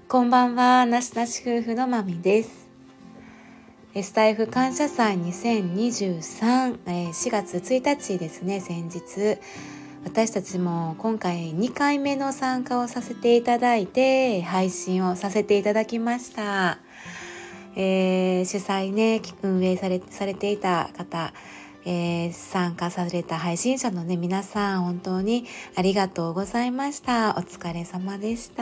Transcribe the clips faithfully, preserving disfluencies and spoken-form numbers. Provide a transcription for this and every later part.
こんばんは、なしなし夫婦のまみです。スタイフ感謝祭にせんにじゅうさん、しがつついたちですね、先日私たちも今回にかいめの参加をさせていただいて配信をさせていただきました。えー、主催ね運営され、されていた方、えー、参加された配信者のね皆さん、本当にありがとうございました。お疲れ様でした。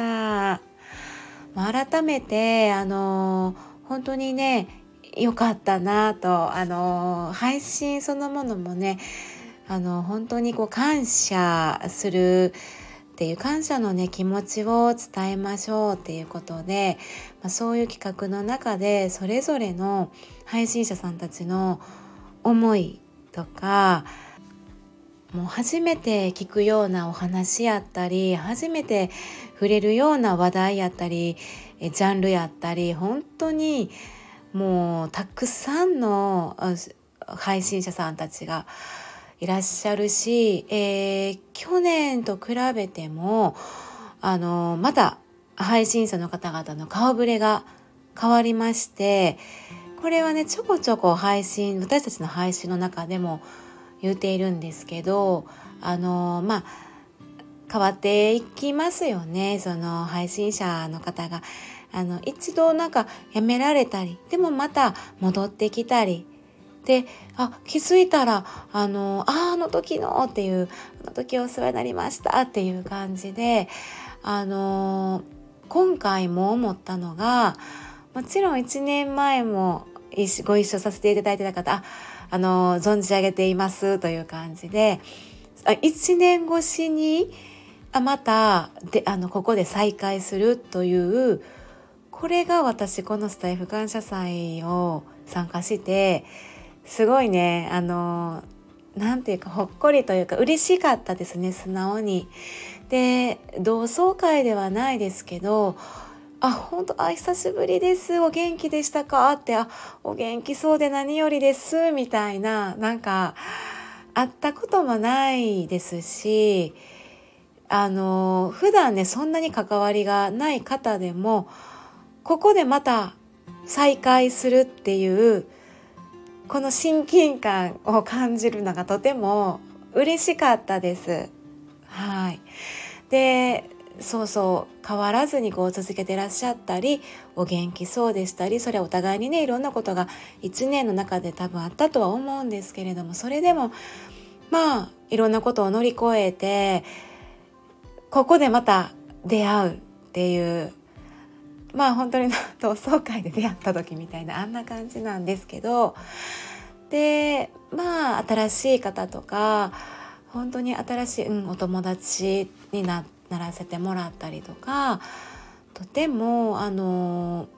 改めてあの本当にね良かったなと、あの配信そのものもねあの本当にこう感謝するっていう感謝のね気持ちを伝えましょうっていうことで、まあ、そういう企画の中でそれぞれの配信者さんたちの思いとか、もう初めて聞くようなお話やったり、初めて触れるような話題やったり、ジャンルやったり、本当にもうたくさんの配信者さんたちがいらっしゃるし、えー、去年と比べてもあのまた配信者の方々の顔ぶれが変わりまして、これはねちょこちょこ配信私たちの配信の中でも言っているんですけど、あのまあ変わっていきますよね。その配信者の方があの一度なんかやめられたり、でもまた戻ってきたりで、あ気づいたらあのああの時のっていうあの時お世話になりましたっていう感じで、あの今回も思ったのが、もちろんいちねんまえもご一緒させていただいてた方、ああの存じ上げていますという感じで、いちねん越しにあまたであのここで再会するという、これが私このスタイフ感謝祭を参加してすごいね、あのなんていうかほっこりというか嬉しかったですね、素直に。で同窓会ではないですけど、あ本当あ久しぶりです、お元気でしたかって、あお元気そうで何よりですみたいな、なんか会ったこともないですし、あの普段ねそんなに関わりがない方でもここでまた再会するっていうこの親近感を感じるのがとても嬉しかったです。はい。でそうそう変わらずにこう続けてらっしゃったり、お元気そうでしたり、それはお互いにねいろんなことがいちねんの中で多分あったとは思うんですけれども、それでもまあいろんなことを乗り越えてここでまた出会うっていう、まあ本当に同窓会で出会った時みたいなあんな感じなんですけど、でまあ新しい方とか本当に新しい、うん、お友達に な, ならせてもらったりとか、とてもあの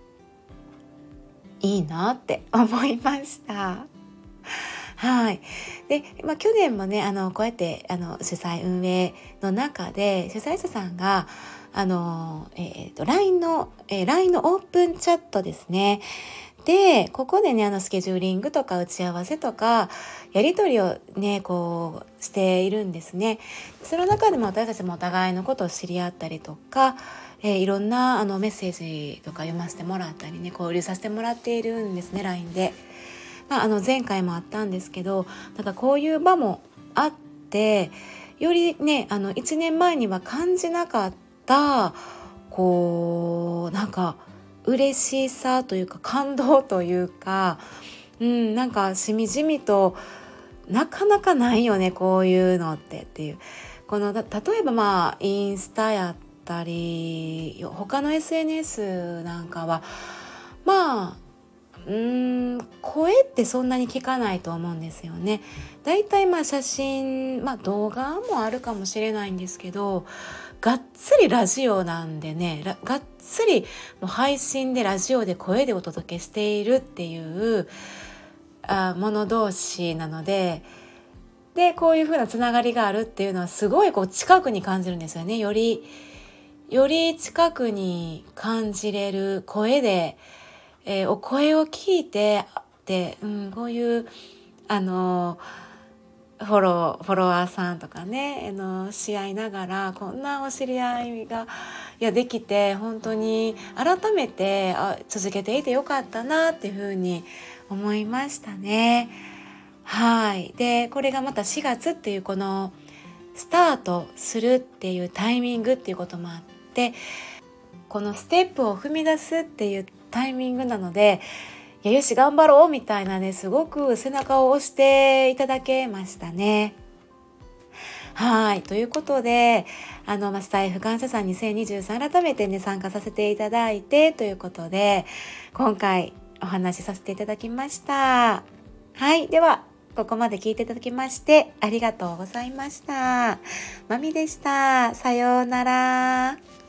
いいなって思いました。はい。で、まあ、去年もね、あの、こうやってあの主催運営の中で主催者さんがあの、えーと、ライン の、えー、ライン のオープンチャットですね。で、ここでね、あのスケジューリングとか打ち合わせとかやり取りをね、こうしているんですね。その中でも私たちもお互いのことを知り合ったりとか、えー、いろんなあのメッセージとか読ませてもらったりね、交流させてもらっているんですね、ライン で。まあ、あの前回もあったんですけど、なんかこういう場もあって、よりねあのいちねんまえには感じなかったこうなんか嬉しさというか感動というか、うん、なんかしみじみとなかなかないよねこういうのってっていう、この例えばまあインスタやったり他の エスエヌエス なんかはまあうーん声ってそんなに聞かないと思うんですよね。だいたいまあ写真、まあ、動画もあるかもしれないんですけど、がっつりラジオなんでね、がっつりもう配信でラジオで声でお届けしているっていうあもの同士なので、でこういう風なつながりがあるっていうのはすごいこう近くに感じるんですよね。よりより近くに感じれる声で、えー、お声を聞いてで、うん、こういうあのフォローフォロワーさんとかねあのし合いながらこんなお知り合いがいやできて本当に改めてあ続けていてよかったなっていうふうに思いましたね。はい。でこれがまたしがつっていうこのスタートするっていうタイミングっていうこともあってこのステップを踏み出すっていうタイミングなのでいやよし頑張ろうみたいなねすごく背中を押していただけましたね。はいということであの、まあ、スタイフ感謝祭にせんにじゅうさん改めてね参加させていただいてということで今回お話しさせていただきました。はいではここまで聞いていただきましてありがとうございました。まみでした。さようなら。